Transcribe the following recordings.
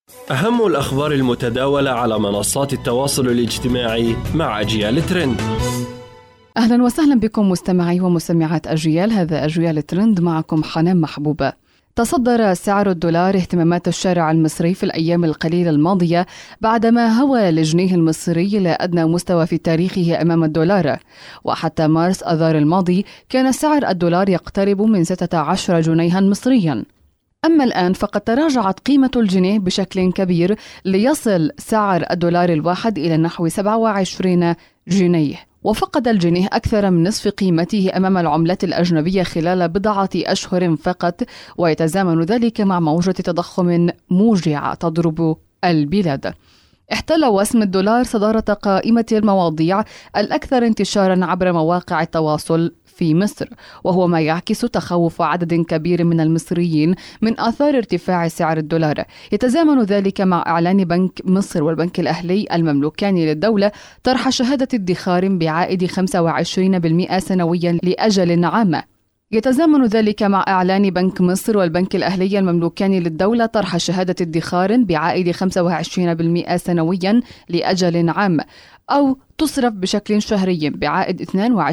أهم الأخبار المتداولة على منصات التواصل الاجتماعي مع أجيال ترند. أهلا وسهلا بكم مستمعي ومستمعات أجيال، هذا أجيال ترند، معكم حنان محبوبة. تصدر سعر الدولار اهتمامات الشارع المصري في الأيام القليلة الماضية بعدما هوى الجنيه المصري إلى أدنى مستوى في تاريخه أمام الدولار، وحتى مارس آذار الماضي كان سعر الدولار يقترب من 16 جنيها مصريا. أما الآن فقد تراجعت قيمة الجنيه بشكل كبير ليصل سعر الدولار الواحد إلى نحو 27 جنيه، وفقد الجنيه أكثر من نصف قيمته أمام العملات الأجنبية خلال بضعة أشهر فقط، ويتزامن ذلك مع موجة تضخم موجعة تضرب البلاد. احتل وسم الدولار صدارة قائمة المواضيع الأكثر انتشارا عبر مواقع التواصل في مصر، وهو ما يعكس تخوف عدد كبير من المصريين من آثار ارتفاع سعر الدولار. يتزامن ذلك مع إعلان بنك مصر والبنك الأهلي المملوكان للدولة طرح شهادة ادخار بعائد 25% سنويا لأجل عام. يتزامن ذلك مع إعلان بنك مصر والبنك الأهلي المملوكان للدولة طرح شهادة ادخار بعائد 25% سنويا لأجل عام، أو تصرف بشكل شهري بعائد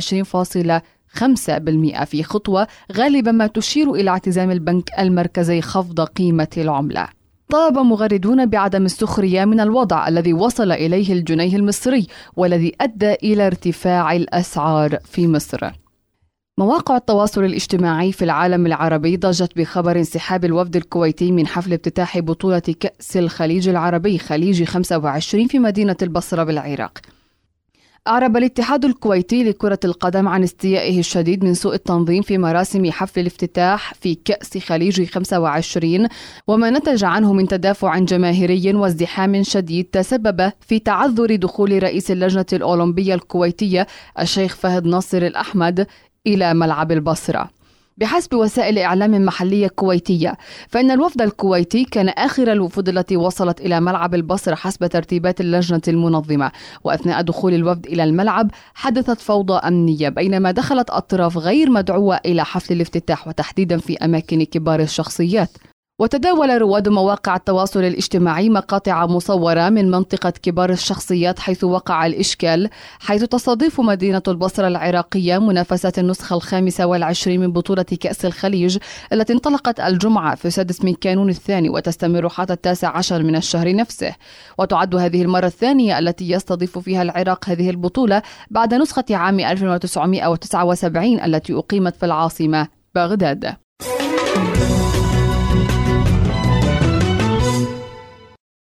22.5% في خطوة غالبا ما تشير إلى اعتزام البنك المركزي خفض قيمة العملة. طالب مغردون بعدم السخرية من الوضع الذي وصل إليه الجنيه المصري والذي أدى إلى ارتفاع الأسعار في مصر. مواقع التواصل الاجتماعي في العالم العربي ضجت بخبر انسحاب الوفد الكويتي من حفل افتتاح بطولة كأس الخليج العربي خليج 25 في مدينة البصرة بالعراق. أعرب الاتحاد الكويتي لكرة القدم عن استيائه الشديد من سوء التنظيم في مراسم حفل الافتتاح في كأس خليج 25، وما نتج عنه من تدافع جماهيري وازدحام شديد تسبب في تعذر دخول رئيس اللجنة الأولمبية الكويتية الشيخ فهد ناصر الأحمد إلى ملعب البصرة. بحسب وسائل إعلام محلية كويتية، فإن الوفد الكويتي كان آخر الوفود التي وصلت إلى ملعب البصرة حسب ترتيبات اللجنة المنظمة، وأثناء دخول الوفد إلى الملعب حدثت فوضى أمنية بينما دخلت أطراف غير مدعوة إلى حفل الافتتاح وتحديدا في أماكن كبار الشخصيات. وتداول رواد مواقع التواصل الاجتماعي مقاطع مصورة من منطقة كبار الشخصيات حيث وقع الإشكال، حيث تستضيف مدينة البصرة العراقية منافسة النسخة 25 من بطولة كأس الخليج التي انطلقت الجمعة في 6 من كانون الثاني وتستمر حتى 19 من الشهر نفسه، وتعد هذه المرة الثانية التي يستضيف فيها العراق هذه البطولة بعد نسخة عام 1979 التي أقيمت في العاصمة بغداد.